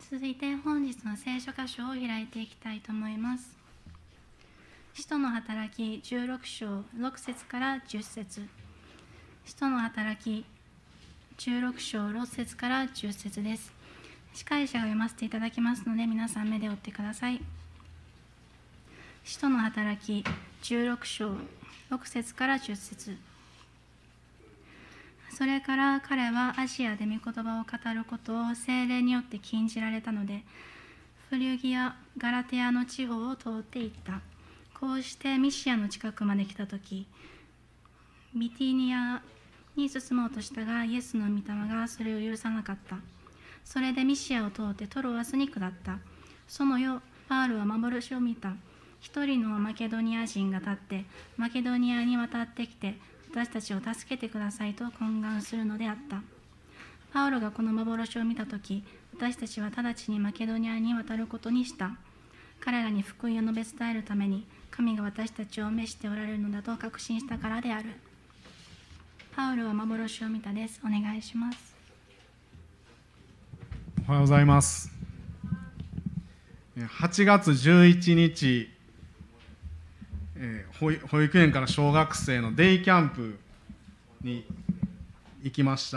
続いて本日の聖書箇所を開いていきたいと思います。使徒の働き16章6節から10節。使徒の働き16章6節から10節です。司会者が読ませていただきますので、皆さん目で追ってください。使徒の働き16章6節から10節。それから彼はアジアで御言葉を語ることを聖霊によって禁じられたので、フリュギア・ガラテアの地方を通っていった。こうしてミシアの近くまで来たとき、ビティニアに進もうとしたが、イエスの御霊がそれを許さなかった。それでミシアを通ってトロアスに下った。その夜、パウルは幻を見た。一人のマケドニア人が立って、マケドニアに渡ってきて、私たちを助けてくださいと懇願するのであった。パウロがこの幻を見たとき、私たちは直ちにマケドニアに渡ることにした。彼らに福音を述べ伝えるために、神が私たちを召しておられるのだと確信したからである。パウロは幻を見たです。お願いします。 おはようございます。8月11日、保育園から小学生のデイキャンプに行きました。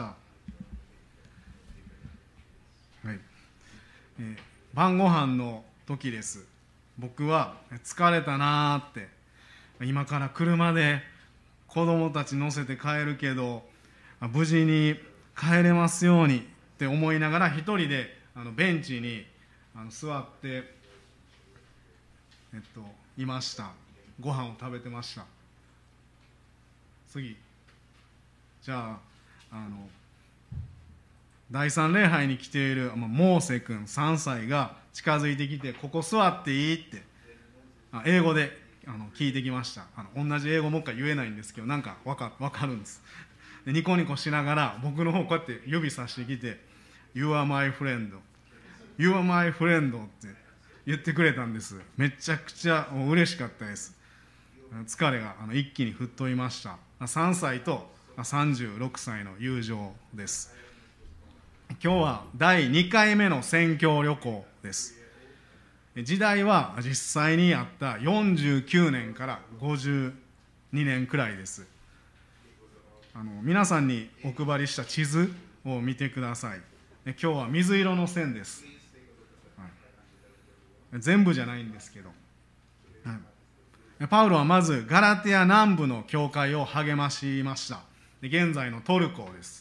はい。晩ご飯の時です。僕は疲れたなーって、今から車で子供たち乗せて帰るけど無事に帰れますようにって思いながら一人でベンチに座っていました。ご飯を食べてました。次、じゃあ第3礼拝に来ているモーセ君3歳が近づいてきて、ここ座っていいって英語で聞いてきました。同じ英語もう一回言えないんですけど、なんか分かるんです。でニコニコしながら僕の方こうやって指さしてきて、 You are my friend You are my friend って言ってくれたんです。めちゃくちゃ嬉しかったです。疲れが一気に吹っ飛びました。3歳と36歳の友情です。今日は第2回目の宣教旅行です。時代は実際にあった49年から52年くらいです。皆さんにお配りした地図を見てください。今日は水色の線です、はい、全部じゃないんですけど、はい、パウロはまずガラテヤ南部の教会を励ましました。現在のトルコです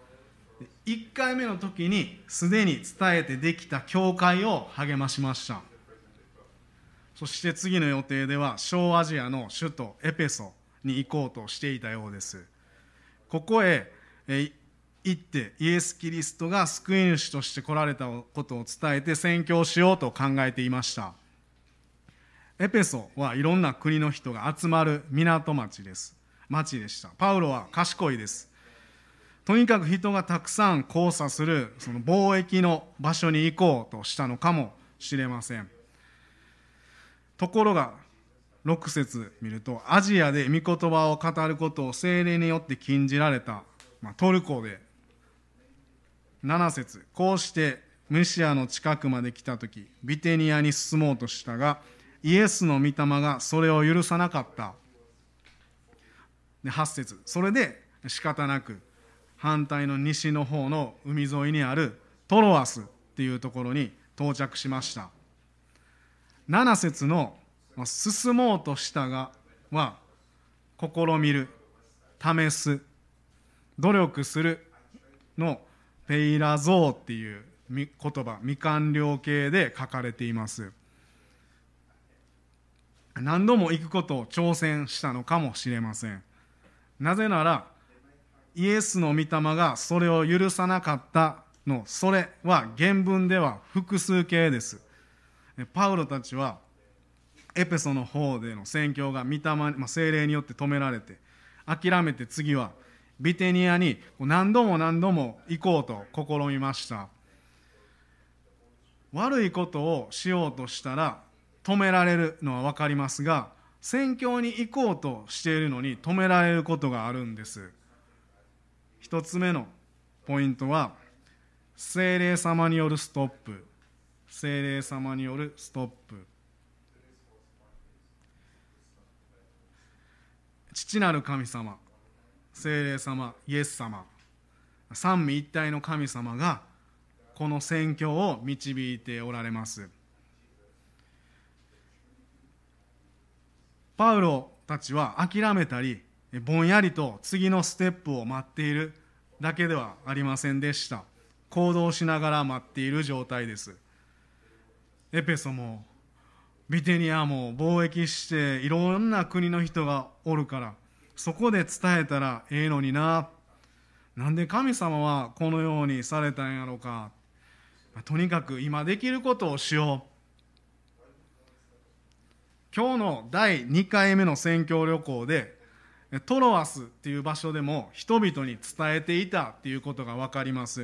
。1回目の時にすでに伝えてできた教会を励ましました。そして次の予定では小アジアの首都エペソに行こうとしていたようです。ここへ行ってイエス・キリストが救い主として来られたことを伝えて宣教しようと考えていました。エペソはいろんな国の人が集まる港町でした。パウロは賢いです。とにかく人がたくさん交差するその貿易の場所に行こうとしたのかもしれません。ところが6節見ると、アジアで御言葉を語ることを聖霊によって禁じられた、トルコで。7節、こうしてミシアの近くまで来たとき、ビテニアに進もうとしたが、イエスの御霊がそれを許さなかった。で8節、それで仕方なく反対の西の方の海沿いにあるトロアスっていうところに到着しました。7節の進もうとしたがは試みる、試す、努力するのペイラゾーっていう言葉、未完了形で書かれています。何度も行くことを挑戦したのかもしれません。なぜならイエスの御霊がそれを許さなかったのそれは原文では複数形です。パウロたちはエペソの方での宣教が聖霊によって止められて、諦めて次はビテニアに何度も行こうと試みました。悪いことをしようとしたら止められるのは分かりますが、宣教に行こうとしているのに止められることがあるんです。一つ目のポイントは聖霊様によるストップ聖霊様によるストップ。父なる神様、聖霊様、イエス様、三位一体の神様がこの宣教を導いておられます。パウロたちは諦めたりぼんやりと次のステップを待っているだけではありませんでした。行動しながら待っている状態です。エペソもビテニアも貿易していろんな国の人がおるから、そこで伝えたらええのにな、なんで神様はこのようにされたんやろうか、とにかく今できることをしよう。今日の第2回目の宣教旅行でトロアスっていう場所でも人々に伝えていたっていうことが分かります。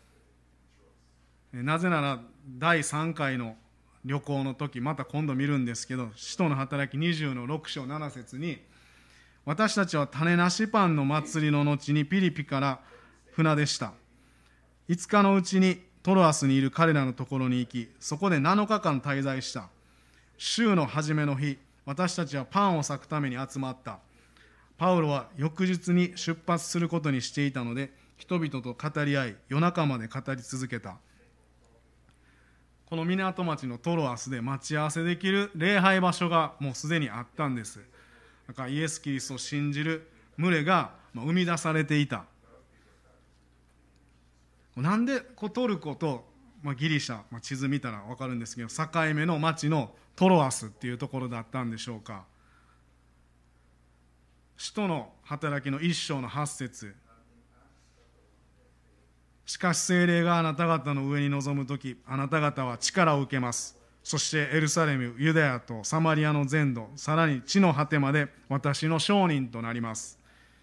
なぜなら第3回の旅行の時、また今度見るんですけど、使徒の働き20の6章7節に、私たちは種なしパンの祭りの後にピリピから船でした。5日のうちにトロアスにいる彼らのところに行き、そこで7日間滞在した。週の初めの日、私たちはパンを裂くために集まった。パウロは翌日に出発することにしていたので、人々と語り合い、夜中まで語り続けた。この港町のトロアスで待ち合わせできる礼拝場所がもうすでにあったんです。だからイエス・キリストを信じる群れが生み出されていた。なんでトルコとギリシャ、地図見たら分かるんですけど、境目の町のトロアスっていうところだったんでしょうか。使徒の働きの1章の8節、しかし聖霊があなた方の上に臨むとき、あなた方は力を受けます。そしてエルサレム、ユダヤとサマリアの全土、さらに地の果てまで私の証人となります。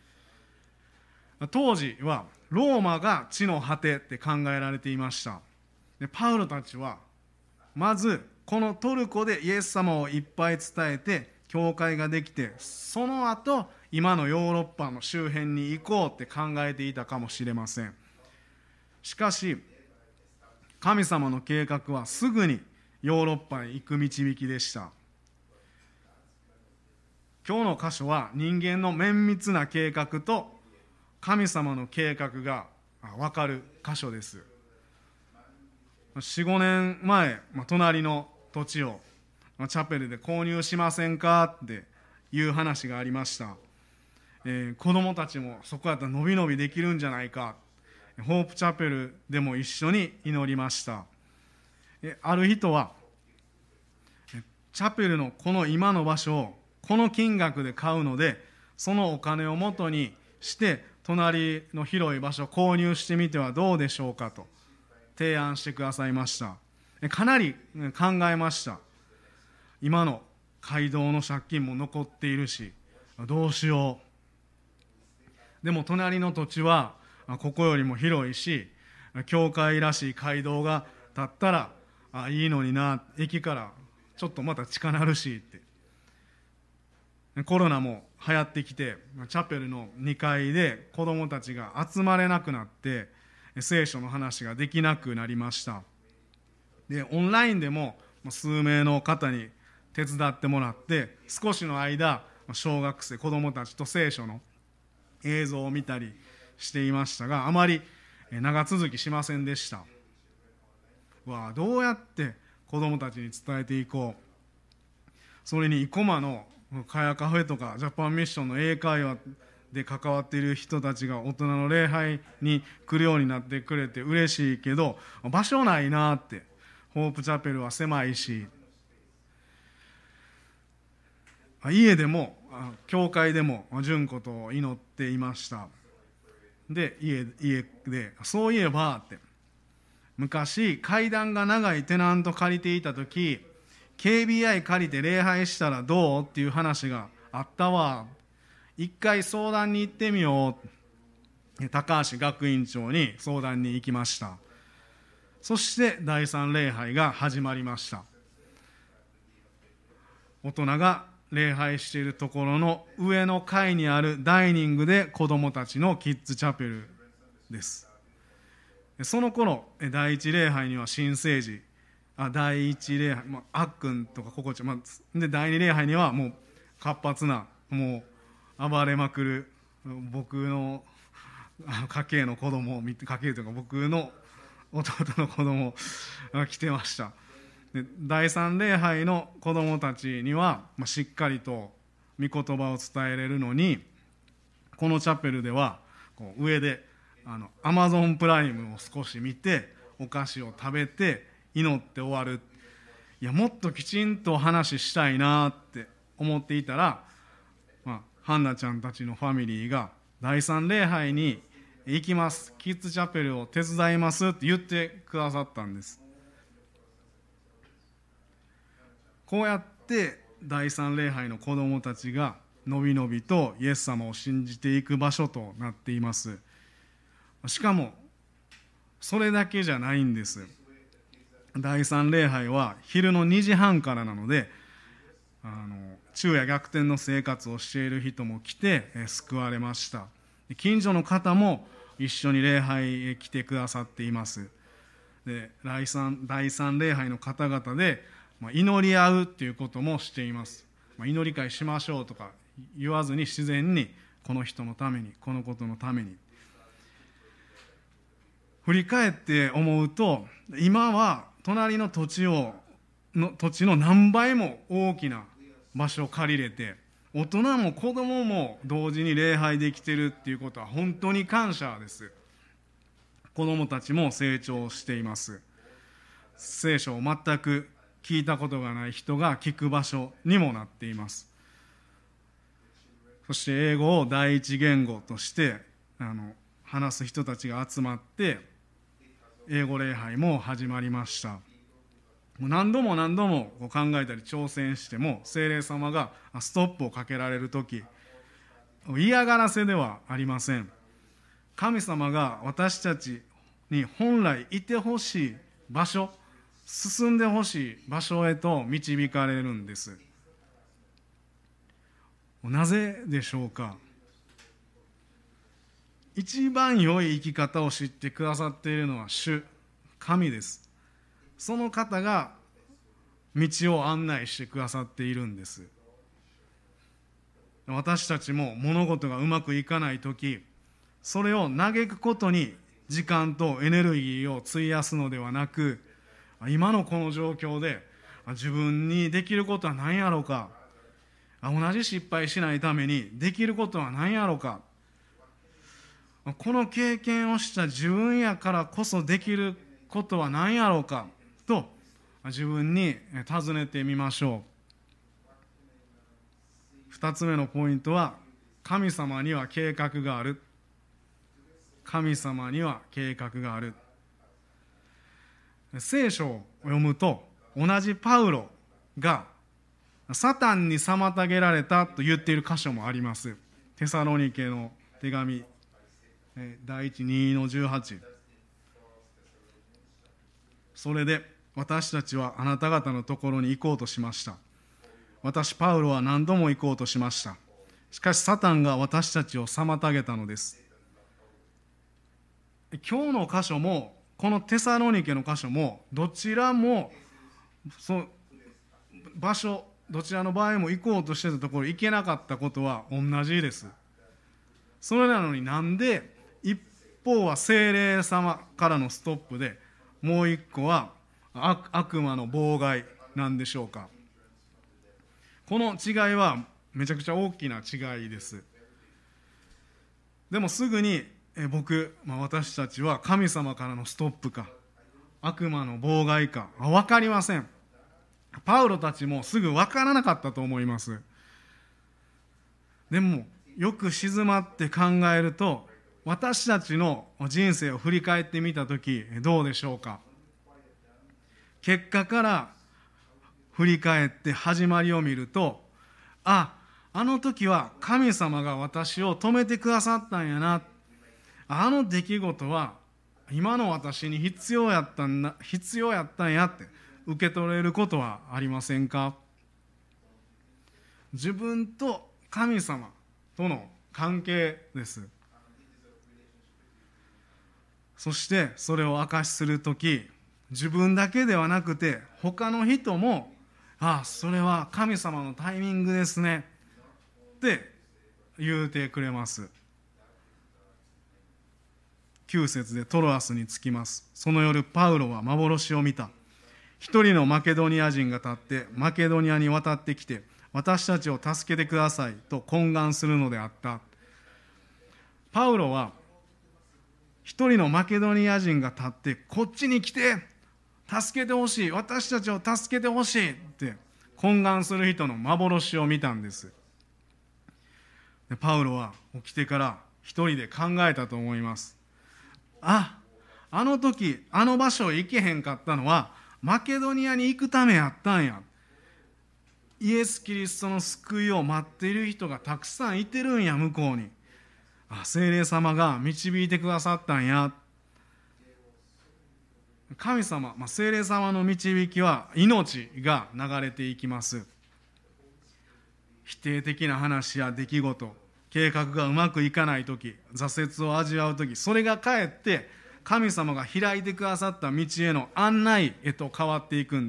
当時はローマが地の果てって考えられていました。でパウロたちはまずこのトルコでイエス様をいっぱい伝えて教会ができて、その後今のヨーロッパの周辺に行こうって考えていたかもしれません。しかし神様の計画はすぐにヨーロッパへ行く導きでした。今日の箇所は人間の綿密な計画と神様の計画が分かる箇所です。4、5年前、隣の土地をチャペルで購入しませんかっていう話がありました。子供たちもそこやったらのびのびできるんじゃないか、ホープチャペルでも一緒に祈りました。ある人はチャペルのこの今の場所をこの金額で買うので、そのお金を元にして隣の広い場所を購入してみてはどうでしょうかと提案してくださいました。かなり考えました。今の街道の借金も残っているし、どうしよう。でも隣の土地はここよりも広いし、教会らしい街道が立ったらいいのにな、駅からちょっとまた近なるしって。コロナも流行ってきて、チャペルの2階で子どもたちが集まれなくなって聖書の話ができなくなりました。でオンラインでも数名の方に手伝ってもらって少しの間小学生子どもたちと聖書の映像を見たりしていましたが、あまり長続きしませんでした。どうやって子どもたちに伝えていこう。それに生駒のカヤカフェとかジャパンミッションの英会話で関わっている人たちが大人の礼拝に来るようになってくれて嬉しいけど、場所ないなって。ホープチャペルは狭いし、家でも教会でも純子と祈っていました。で家でそういえばって、昔階段が長いテナント借りていた時、KBI 借りて礼拝したらどうっていう話があったわ。一回相談に行ってみよう。高橋学院長に相談に行きました。そして第3礼拝が始まりました。大人が礼拝しているところの上の階にあるダイニングで子どもたちのキッズチャペルです。その頃第一礼拝には新生児第一礼拝、あっくんとか心地、で第二礼拝にはもう活発な、もう暴れまくる僕の家系の子供を見て、家系というか僕の弟の子供が来てました。で第三礼拝の子供たちには、しっかりと御言葉を伝えれるのに、このチャペルではこう上でアマゾンプライムを少し見て、お菓子を食べて祈って終わる。いや、もっときちんと話したいなって思っていたら、ハンナちゃんたちのファミリーが第三礼拝に行きます、キッズチャペルを手伝いますって言ってくださったんです。こうやって第三礼拝の子どもたちがのびのびとイエス様を信じていく場所となっています。しかもそれだけじゃないんです。第三礼拝は昼の2時半からなので、昼夜逆転の生活をしている人も来て救われました。近所の方も一緒に礼拝へ来てくださっています。で第三礼拝の方々で祈り合うっていうこともしています。祈り会しましょうとか言わずに、自然にこの人のために、このことのために。振り返って思うと、今は隣の土地の何倍も大きな場所を借りれて、大人も子供も同時に礼拝できてるっていうことは本当に感謝です。子供たちも成長しています。聖書を全く聞いたことがない人が聞く場所にもなっています。そして英語を第一言語として話す人たちが集まって英語礼拝も始まりました。何度も考えたり挑戦しても、聖霊様がストップをかけられるとき、嫌がらせではありません。神様が私たちに本来いてほしい場所、進んでほしい場所へと導かれるんです。なぜでしょうか。一番良い生き方を知ってくださっているのは主、神です。その方が道を案内してくださっているんです。私たちも物事がうまくいかないとき、それを嘆くことに時間とエネルギーを費やすのではなく、今のこの状況で自分にできることは何やろうか、同じ失敗しないためにできることは何やろうか、この経験をした自分やからこそできることは何やろうかと自分に尋ねてみましょう。2つ目のポイントは、神様には計画がある。神様には計画がある。聖書を読むと、同じパウロがサタンに妨げられたと言っている箇所もあります。テサロニケの手紙第1、2の18。それで私たちはあなた方のところに行こうとしました。私パウロは何度も行こうとしました。しかしサタンが私たちを妨げたのです。今日の箇所もこのテサロニケの箇所も、どちらも場所、どちらの場合も行こうとしてたところ行けなかったことは同じです。それなのになんで一方は聖霊様からのストップで、もう一個は悪魔の妨害なんでしょうか。この違いはめちゃくちゃ大きな違いです。でもすぐに私たちは神様からのストップか悪魔の妨害か分かりません。パウロたちもすぐ分からなかったと思います。でもよく静まって考えると、私たちの人生を振り返ってみたときどうでしょうか。結果から振り返って始まりを見ると、あの時は神様が私を止めてくださったんやな、あの出来事は今の私に必要やったんやって受け取れることはありませんか。自分と神様との関係です。そしてそれを証しするとき、 自分だけではなくて他の人も、それは神様のタイミングですねって言うてくれます。9節でトロアスに着きます。その夜パウロは幻を見た。一人のマケドニア人が立ってマケドニアに渡ってきて、私たちを助けてくださいと懇願するのであった。パウロは一人のマケドニア人が立って、こっちに来て助けてほしい、私たちを助けてほしいって懇願する人の幻を見たんです。でパウロは起きてから一人で考えたと思います。あの時あの場所へ行けへんかったのはマケドニアに行くためやったんや。イエス・キリストの救いを待っている人がたくさんいてるんや、向こうに。聖霊様が導いてくださったんや。神様、聖霊様の導きは命が流れていきます。否定的な話や出来事、計画がうまくいかないとき、挫折を味わうとき、それがかえって神様が開いてくださった道への案内へと変わっていくんです。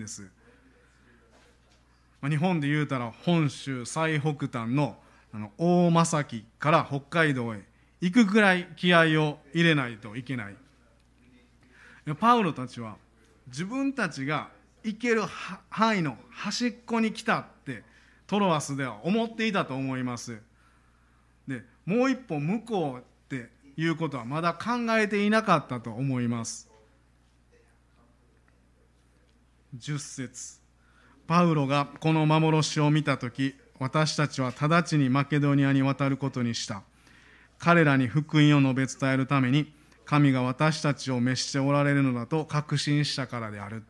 日本で言うたら本州最北端の大間崎から北海道へ行くくらい気合を入れないといけない。パウロたちは自分たちが行ける範囲の端っこに来たってトロアスでは思っていたと思います。でもう一歩向こうっていうことはまだ考えていなかったと思います。10節、パウロがこの幻を見たとき、私たちは直ちにマケドニアに渡ることにした。彼らに福音を述べ伝えるために神が私たちを召しておられるのだと確信したからである。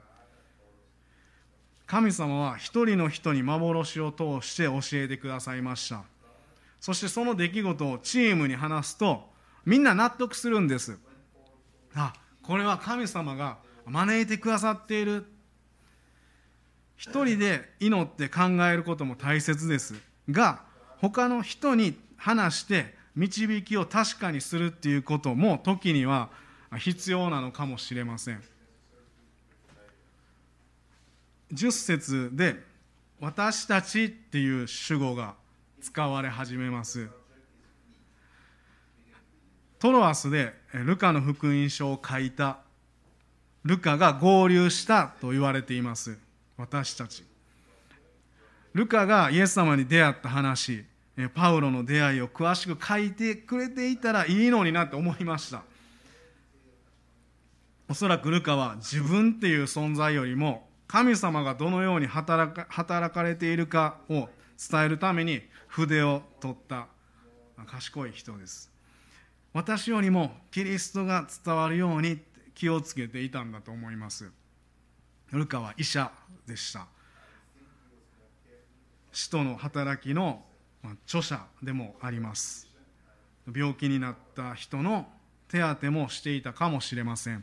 神様は一人の人に幻を通して教えてくださいました。そしてその出来事をチームに話すとみんな納得するんです。これは神様が招いてくださっている。一人で祈って考えることも大切ですが、他の人に話して導きを確かにするっていうことも時には必要なのかもしれません。10節で私たちっていう主語が使われ始めます。トロアスでルカの福音書を書いたルカが合流したと言われています。私たち、ルカがイエス様に出会った話、パウロの出会いを詳しく書いてくれていたらいいのになって思いました。おそらくルカは自分っていう存在よりも神様がどのように働かれているかを伝えるために筆を取った賢い人です。私よりもキリストが伝わるように気をつけていたんだと思います。ルカは医者でした。使徒の働きの著者でもあります。病気になった人の手当てもしていたかもしれません。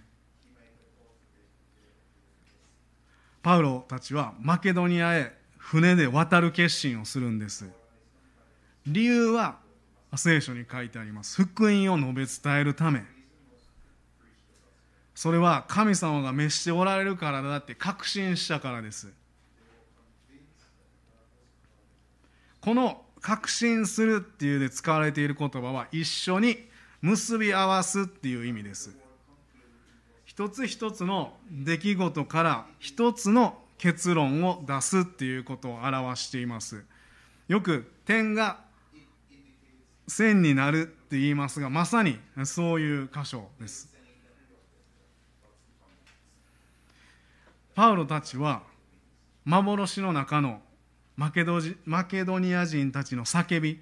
パウロたちはマケドニアへ船で渡る決心をするんです。理由は聖書に書いてあります。福音を述べ伝えるため。それは神様が召しておられるからだって確信したからです。この確信するっていうで使われている言葉は一緒に結び合わすっていう意味です。一つ一つの出来事から一つの結論を出すっていうことを表しています。よく点が線になるって言いますが、まさにそういう箇所です。パウロたちは幻の中のマケドニア人たちの叫び、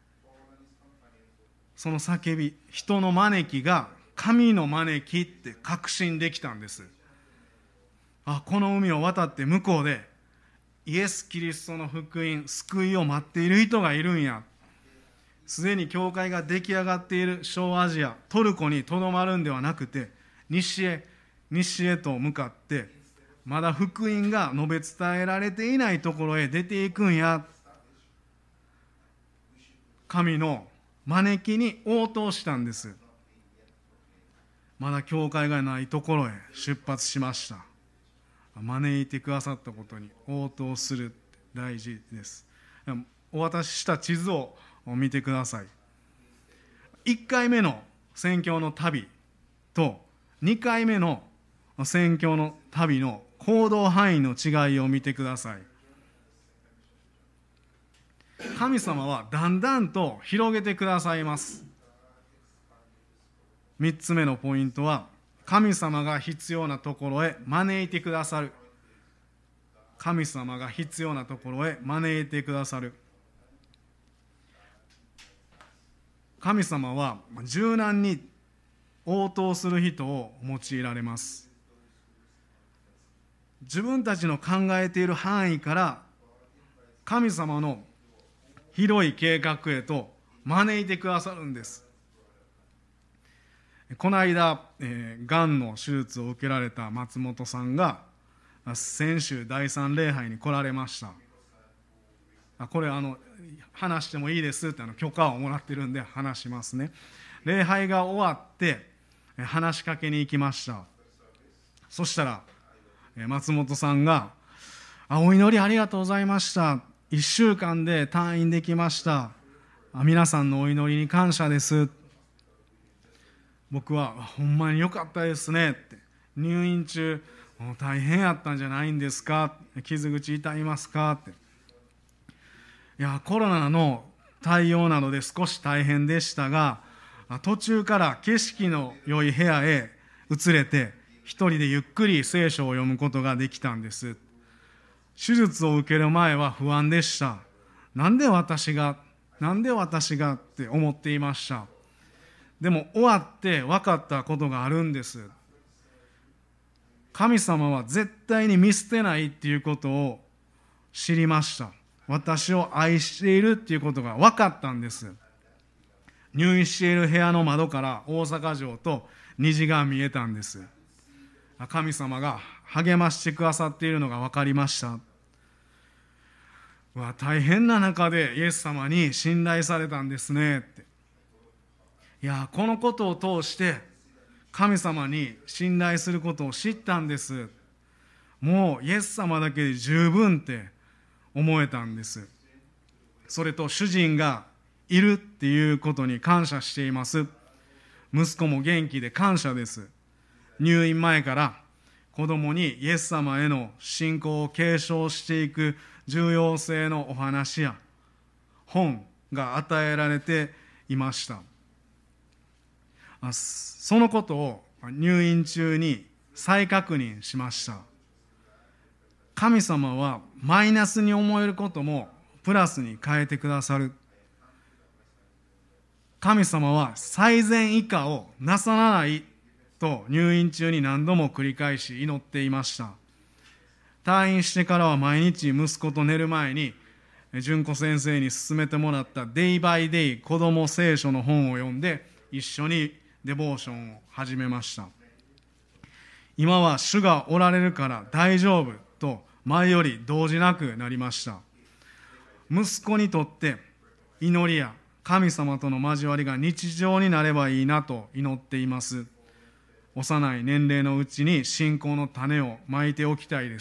その叫び、人の招きが神の招きって確信できたんです。この海を渡って向こうでイエス・キリストの福音、救いを待っている人がいるんや。すでに教会が出来上がっている小アジア、トルコにとどまるんではなくて、西へと向かってまだ福音が述べ伝えられていないところへ出ていくんや。神の招きに応答したんです。まだ教会がないところへ出発しました。 招いてくださったことに応答する、大事です。お渡しした地図を見てください。1回目の宣教の旅と2回目の宣教の旅の行動範囲の違いを見てください。神様はだんだんと広げてくださいます。3つ目のポイントは、神様が必要なところへ招いてくださる。神様が必要なところへ招いてくださる。神様は柔軟に応答する人を用いられます。自分たちの考えている範囲から神様の広い計画へと招いてくださるんです。この間、がんの手術を受けられた松本さんが先週第3礼拝に来られました。これ話してもいいですって許可をもらってるんで話しますね。礼拝が終わって話しかけに行きました。そしたら松本さんがお祈りありがとうございました。1週間で退院できました。皆さんのお祈りに感謝です。僕はほんまによかったですねって。入院中大変やったんじゃないんですか、傷口痛いますかって。いや、コロナの対応などで少し大変でしたが、途中から景色の良い部屋へ移れて一人でゆっくり聖書を読むことができたんです。手術を受ける前は不安でした。なんで私がって思っていました。でも終わって分かったことがあるんです。神様は絶対に見捨てないっていうことを知りました。私を愛しているっていうことが分かったんです。入院している部屋の窓から大阪城と虹が見えたんです。神様が励ましてくださっているのが分かりました。大変な中でイエス様に信頼されたんですねって。いや、このことを通して神様に信頼することを知ったんです。もうイエス様だけで十分って思えたんです。それと主人がいるっていうことに感謝しています。息子も元気で感謝です。入院前から子供にイエス様への信仰を継承していく重要性のお話や本が与えられていました。そのことを入院中に再確認しました。神様はマイナスに思えることもプラスに変えてくださる。神様は最善以下をなさらないと入院中に何度も繰り返し祈っていました。退院してからは毎日息子と寝る前に純子先生に勧めてもらったデイバイデイ子ども聖書の本を読んで一緒にデボーションを始めました。今は主がおられるから大丈夫と前より動じなくなりました。息子にとって祈りや神様との交わりが日常になればいいなと祈っています。幼い年齢のうちに信仰の種をまいておきたいです。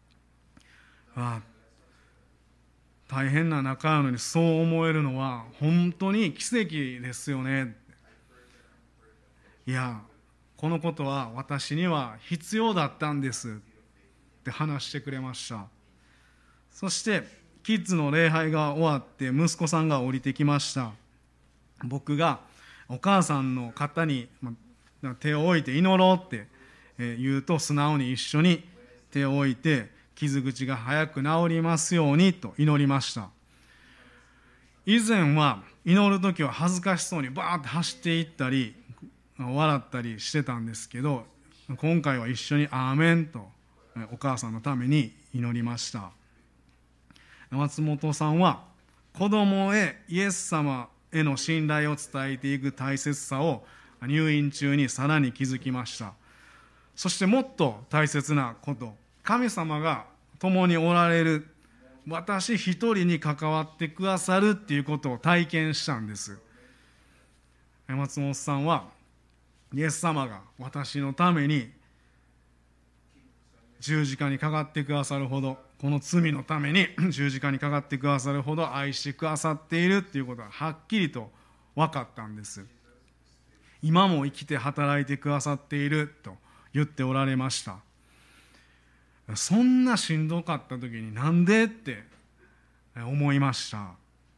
大変な中なのにそう思えるのは本当に奇跡ですよね。いや、このことは私には必要だったんですって話してくれました。そしてキッズの礼拝が終わって息子さんが降りてきました。僕がお母さんの肩に手を置いて祈ろうって言うと素直に一緒に手を置いて傷口が早く治りますようにと祈りました。以前は祈るときは恥ずかしそうにバーッと走っていったり笑ったりしてたんですけど、今回は一緒にアーメンとお母さんのために祈りました。松本さんは子供へイエス様への信頼を伝えていく大切さを入院中にさらに気づきました。そしてもっと大切なこと、神様が共におられる、私一人に関わってくださるっていうことを体験したんです。松本さんはイエス様が私のために十字架にかかってくださるほど、この罪のために十字架にかかってくださるほど愛してくださっているっていうことがはっきりと分かったんです。今も生きて働いてくださっていると言っておられました。そんなしんどかった時になんでって思いました。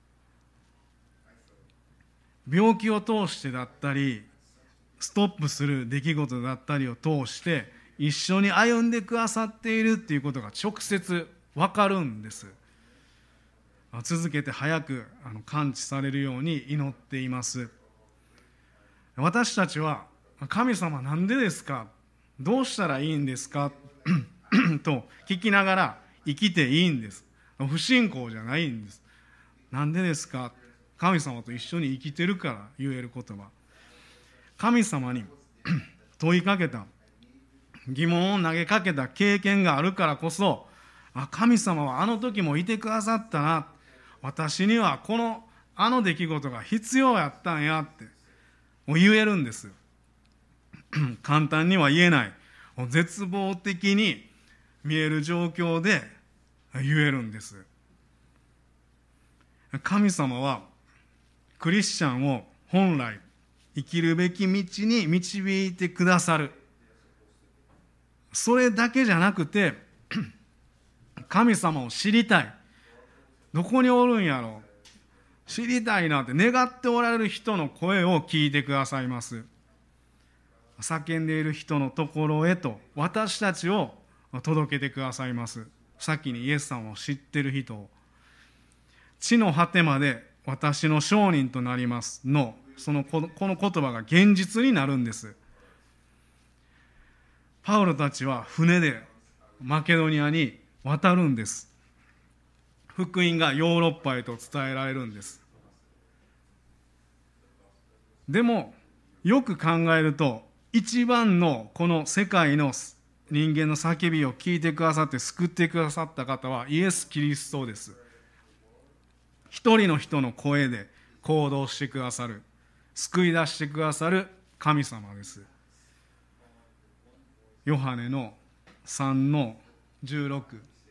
病気を通してだったり、ストップする出来事だったりを通して一緒に歩んでくださっているっていうことが直接分かるんです。続けて早く感知されるように祈っています。私たちは神様なんでですか、どうしたらいいんですかと聞きながら生きていいんです。不信仰じゃないんです。なんでですか、神様と一緒に生きてるから言える言葉。神様に問いかけた、疑問を投げかけた経験があるからこそ、神様はあの時もいてくださったな、私にはあの出来事が必要やったんやって言えるんです。簡単には言えない、絶望的に見える状況で言えるんです。神様はクリスチャンを本来生きるべき道に導いてくださる。それだけじゃなくて、神様を知りたい、どこにおるんやろう、知りたいなって願っておられる人の声を聞いてくださいます。叫んでいる人のところへと私たちを届けてくださいます。先にイエス様を知っている人を、地の果てまで私の証人となりますのこの言葉が現実になるんです。パウロたちは船でマケドニアに渡るんです。福音がヨーロッパへと伝えられるんです。でもよく考えると、一番のこの世界の人間の叫びを聞いてくださって救ってくださった方はイエス・キリストです。一人の人の声で行動してくださる、救い出してくださる神様です。ヨハネの3の16、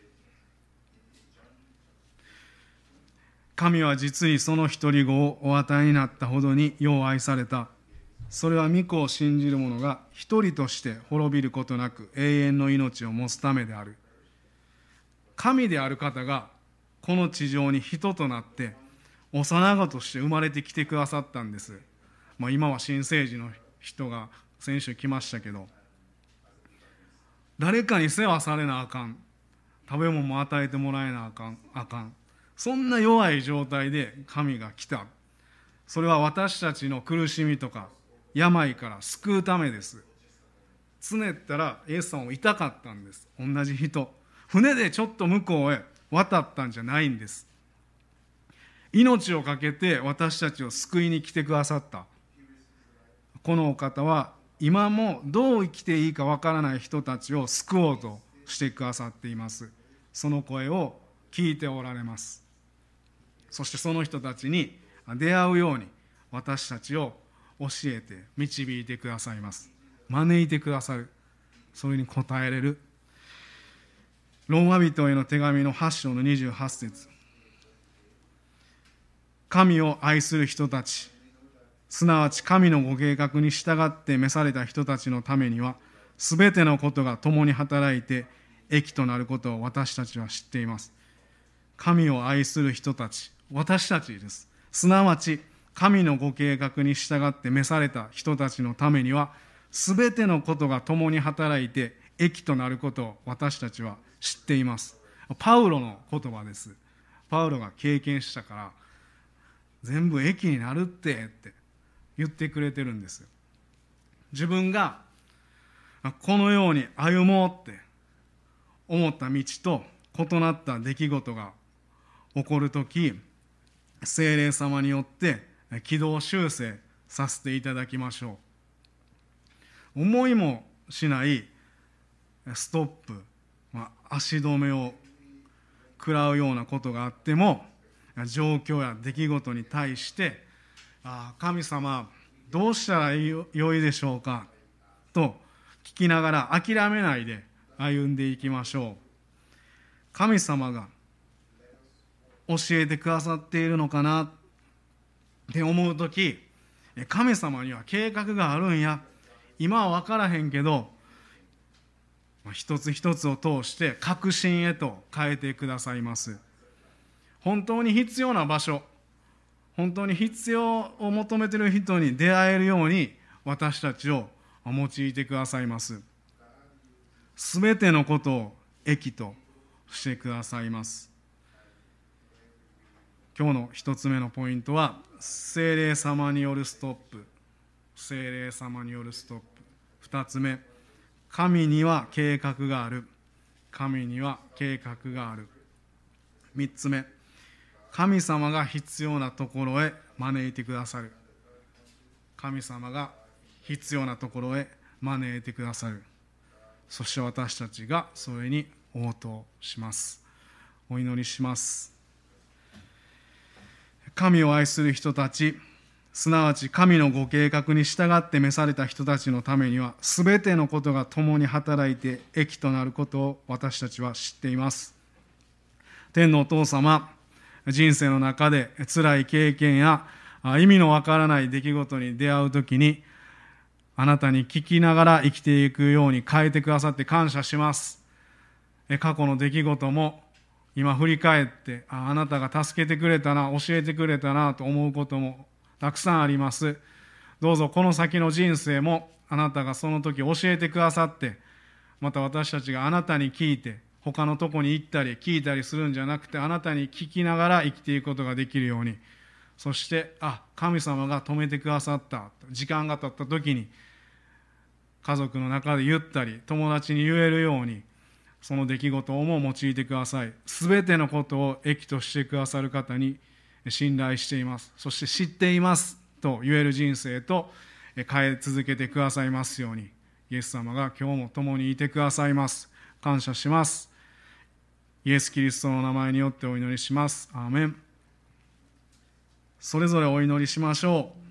神は実にその一人子をお与えになったほどによう愛された。それは御子を信じる者が一人として滅びることなく永遠の命を持つためである。神である方がこの地上に人となって幼子として生まれてきてくださったんです。今は新生児の人が先週来ましたけど、誰かに世話されなあかん、食べ物も与えてもらえなあかん、そんな弱い状態で神が来た。それは私たちの苦しみとか病から救うためです。つねったらイエス様も痛かったんです。同じ人、船でちょっと向こうへ渡ったんじゃないんです。命を懸けて私たちを救いに来てくださった。このお方は今もどう生きていいかわからない人たちを救おうとしてくださっています。その声を聞いておられます。そしてその人たちに出会うように私たちを教えて導いてくださいます。招いてくださる。それに応えれる。ローマ人への手紙の8章の28節、神を愛する人たち、すなわち神のご計画に従って召された人たちのためには、すべてのことが共に働いて益となることを私たちは知っています。神を愛する人たち、私たちです。すなわち神のご計画に従って召された人たちのためには、すべてのことが共に働いて益となることを私たちは知っています。パウロの言葉です。パウロが経験したから、全部益になるって言ってくれてるんです。自分がこのように歩もうって思った道と異なった出来事が起こるとき、聖霊様によって軌道修正させていただきましょう。思いもしないストップ、足止めを食らうようなことがあっても、状況や出来事に対して神様どうしたらよいでしょうかと聞きながら諦めないで歩んでいきましょう。神様が教えてくださっているのかなって思うとき、神様には計画があるんや、今は分からへんけど一つ一つを通して確信へと変えてくださいます。本当に必要な場所、本当に必要を求めている人に出会えるように私たちを用いてくださいます。すべてのことを益としてくださいます。今日の一つ目のポイントは、聖霊様によるストップ。聖霊様によるストップ。二つ目、神には計画がある。神には計画がある。三つ目、神様が必要なところへ招いてくださる。神様が必要なところへ招いてくださる。そして私たちがそれに応答します。お祈りします。神を愛する人たち、すなわち神のご計画に従って召された人たちのためには、すべてのことが共に働いて益となることを私たちは知っています。天のお父様、人生の中で辛い経験や意味のわからない出来事に出会うときに、あなたに聞きながら生きていくように変えてくださって感謝します。過去の出来事も今振り返って、あなたが助けてくれたな、教えてくれたなと思うこともたくさんあります。どうぞこの先の人生もあなたがその時教えてくださって、また私たちがあなたに聞いて他のとこに行ったり聞いたりするんじゃなくて、あなたに聞きながら生きていくことができるように、そして神様が止めてくださった、時間が経った時に家族の中で言ったり友達に言えるように、その出来事をも用いてください。すべてのことを益としてくださる方に信頼しています、そして知っていますと言える人生と変え続けてくださいますように、イエス様が今日も共にいてくださいます。感謝します。イエス・キリストの名前によってお祈りします。アーメン。それぞれお祈りしましょう。